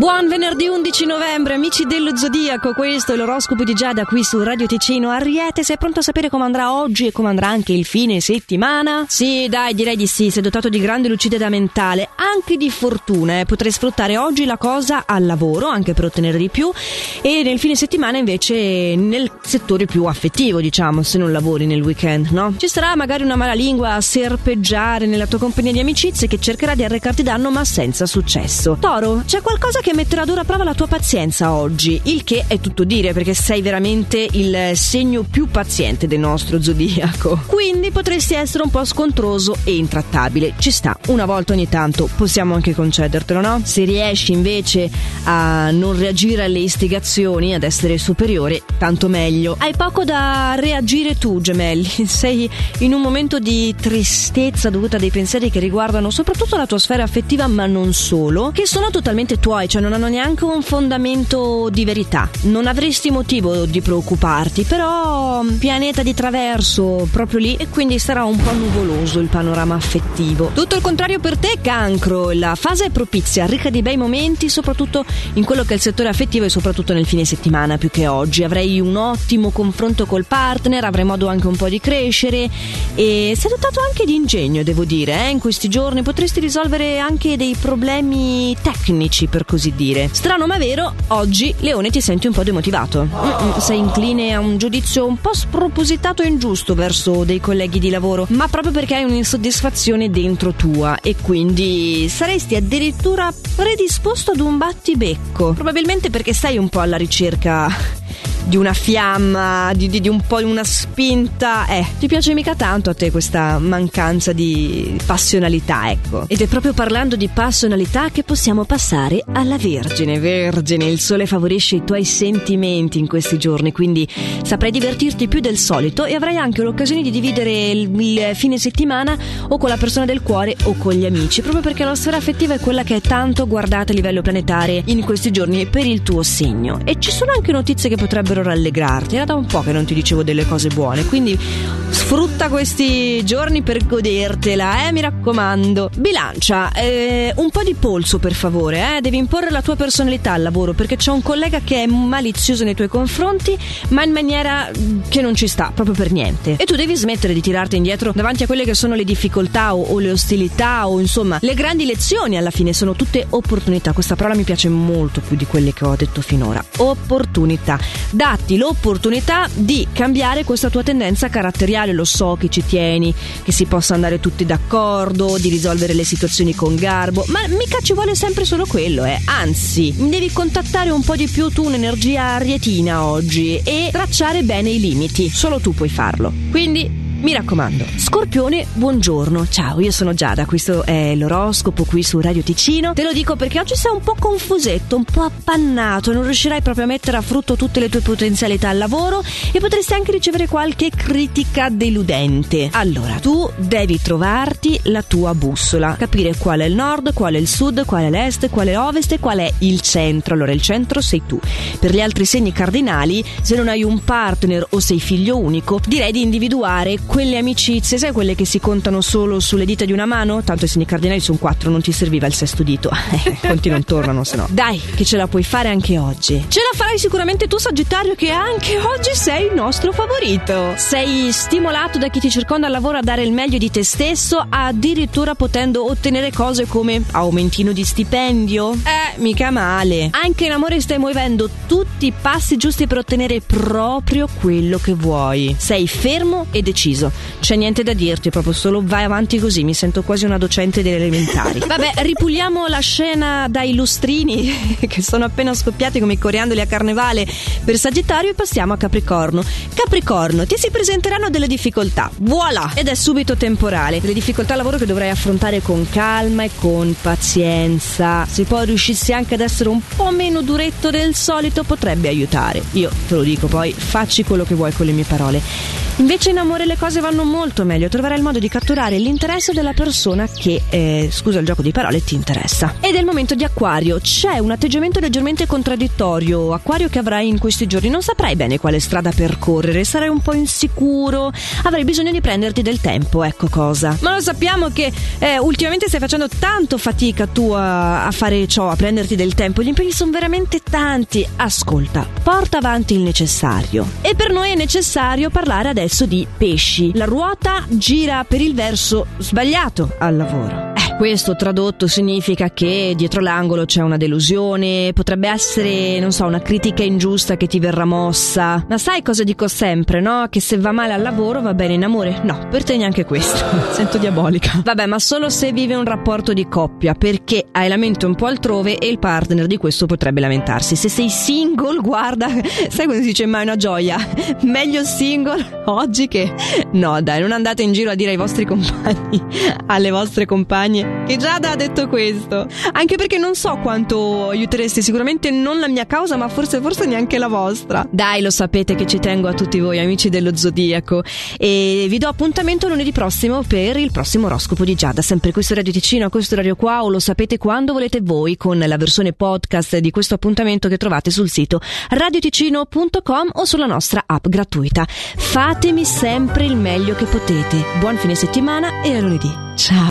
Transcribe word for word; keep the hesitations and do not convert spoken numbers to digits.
Buon venerdì undici novembre, amici dello Zodiaco, questo è l'oroscopo di Giada qui su Radio Ticino. Ariete, sei pronto a sapere come andrà oggi e come andrà anche il fine settimana? Sì, dai, direi di sì, sei dotato di grande lucidità mentale, anche di fortuna, eh. Potrai sfruttare oggi la cosa al lavoro, anche per ottenere di più, e nel fine settimana invece nel settore più affettivo, diciamo, se non lavori nel weekend, no? Ci sarà magari una mala lingua a serpeggiare nella tua compagnia di amicizie che cercherà di arrecarti danno ma senza successo. Toro, c'è qualcosa che metterà a dura prova la tua pazienza oggi, il che è tutto dire perché sei veramente il segno più paziente del nostro zodiaco, quindi potresti essere un po' scontroso e intrattabile. Ci sta, una volta ogni tanto possiamo anche concedertelo, no? Se riesci invece a non reagire alle istigazioni, ad essere superiore, tanto meglio. Hai poco da reagire tu, gemelli, sei in un momento di tristezza dovuta a dei pensieri che riguardano soprattutto la tua sfera affettiva, ma non solo, che sono totalmente tuoi, cioè non hanno neanche un fondamento di verità. Non avresti motivo di preoccuparti, però pianeta di traverso proprio lì e quindi sarà un po' nuvoloso il panorama affettivo. Tutto il contrario per te, Cancro, la fase è propizia, ricca di bei momenti, soprattutto in quello che è il settore affettivo e soprattutto nel fine settimana più che oggi. Avrai un ottimo confronto col partner, avrai modo anche un po' di crescere e sei dotato anche di ingegno, devo dire, eh? In questi giorni potresti risolvere anche dei problemi tecnici, per così dire. Strano ma vero, oggi Leone ti senti un po' demotivato. Mm-mm, sei incline a un giudizio un po' spropositato e ingiusto verso dei colleghi di lavoro, ma proprio perché hai un'insoddisfazione dentro tua e quindi saresti addirittura predisposto ad un battibecco, probabilmente perché sei un po' alla ricerca di una fiamma, di, di, di un po' una spinta. Eh, ti piace mica tanto a te questa mancanza di passionalità, ecco. Ed è proprio parlando di passionalità che possiamo passare alla Vergine. Vergine, il sole favorisce i tuoi sentimenti in questi giorni, quindi saprai divertirti più del solito e avrai anche l'occasione di dividere il, il fine settimana o con la persona del cuore o con gli amici, proprio perché la sfera affettiva è quella che è tanto guardata a livello planetario in questi giorni per il tuo segno. E ci sono anche notizie che potrebbero rallegrarti. Era da un po' che non ti dicevo delle cose buone, quindi sfrutta questi giorni per godertela, eh, mi raccomando. Bilancia, eh, un po' di polso per favore, eh, devi imporre la tua personalità al lavoro perché c'è un collega che è malizioso nei tuoi confronti, ma in maniera che non ci sta proprio per niente, e tu devi smettere di tirarti indietro davanti a quelle che sono le difficoltà o, o le ostilità o insomma le grandi lezioni. Alla fine sono tutte opportunità. Questa parola mi piace molto più di quelle che ho detto finora. Opportunità. Datti l'opportunità di cambiare questa tua tendenza caratteriale. Lo so che ci tieni, che si possa andare tutti d'accordo, di risolvere le situazioni con garbo, ma mica ci vuole sempre solo quello, eh. Anzi, devi contattare un po' di più tu un'energia arietina oggi e tracciare bene i limiti. Solo tu puoi farlo. Quindi mi raccomando. Scorpione, buongiorno. Ciao, io sono Giada, questo è l'oroscopo qui su Radio Ticino. Te lo dico perché oggi sei un po' confusetto, un po' appannato, non riuscirai proprio a mettere a frutto tutte le tue potenzialità al lavoro e potresti anche ricevere qualche critica deludente. Allora, tu devi trovarti la tua bussola, capire qual è il nord, qual è il sud, qual è l'est, qual è ovest e qual è il centro. Allora, il centro sei tu. Per gli altri segni cardinali, se non hai un partner o sei figlio unico, direi di individuare quelle amicizie, sai, quelle che si contano solo sulle dita di una mano? Tanto i segni cardinali sono quattro, non ti serviva il sesto dito. Conti non tornano, se no. Dai, che ce la puoi fare anche oggi. Ce la farai sicuramente tu, Sagittario, che anche oggi sei il nostro favorito. Sei stimolato da chi ti circonda al lavoro a dare il meglio di te stesso, addirittura potendo ottenere cose come aumentino di stipendio. Eh, mica male. Anche in amore stai muovendo tutti i passi giusti per ottenere proprio quello che vuoi. Sei fermo e deciso. C'è niente da dirti, proprio solo vai avanti così. Mi sento quasi una docente delle elementari. Vabbè, ripuliamo la scena dai lustrini che sono appena scoppiati come i coriandoli a carnevale per Sagittario e passiamo a Capricorno. Capricorno, ti si presenteranno delle difficoltà, voilà, ed è subito temporale. Delle difficoltà al lavoro che dovrai affrontare con calma e con pazienza. Se poi riuscissi anche ad essere un po' meno duretto del solito potrebbe aiutare. Io te lo dico, poi facci quello che vuoi con le mie parole. Invece in amore le cose cose vanno molto meglio, troverai il modo di catturare l'interesse della persona che, eh, scusa il gioco di parole, ti interessa. Ed è il momento di Acquario. C'è un atteggiamento leggermente contraddittorio, Acquario, che avrai in questi giorni. Non saprai bene quale strada percorrere, sarai un po' insicuro, avrai bisogno di prenderti del tempo, ecco cosa. Ma lo sappiamo che eh, ultimamente stai facendo tanto fatica tu a, a fare ciò, a prenderti del tempo. Gli impegni sono veramente tanti. Ascolta, porta avanti il necessario. E per noi è necessario parlare adesso di pesci. La ruota gira per il verso sbagliato al lavoro. Eh, questo tradotto significa che dietro l'angolo c'è una delusione, potrebbe essere, non so, una critica ingiusta che ti verrà mossa. Ma sai cosa dico sempre, no? Che se va male al lavoro va bene in amore. No, per te neanche questo. Sento diabolica. Vabbè, ma solo se vive un rapporto di coppia, perché hai la mente un po' altrove e il partner di questo potrebbe lamentarsi. Se sei single, guarda, sai quando si dice mai una gioia? Meglio single oggi che... No dai, non andate in giro a dire ai vostri compagni, alle vostre compagne, che Giada ha detto questo. Anche perché non so quanto aiutereste, sicuramente non la mia causa, ma forse forse neanche la vostra. Dai, lo sapete che ci tengo a tutti voi amici dello Zodiaco, e vi do appuntamento lunedì prossimo per il prossimo oroscopo di Giada, sempre qui su Radio Ticino, a questo orario qua, o lo sapete quando volete voi, con la versione podcast di questo appuntamento che trovate sul sito radioticino punto com o sulla nostra app gratuita. Fatemi sempre il meglio che potete. Buon fine settimana e a lunedì. Ciao.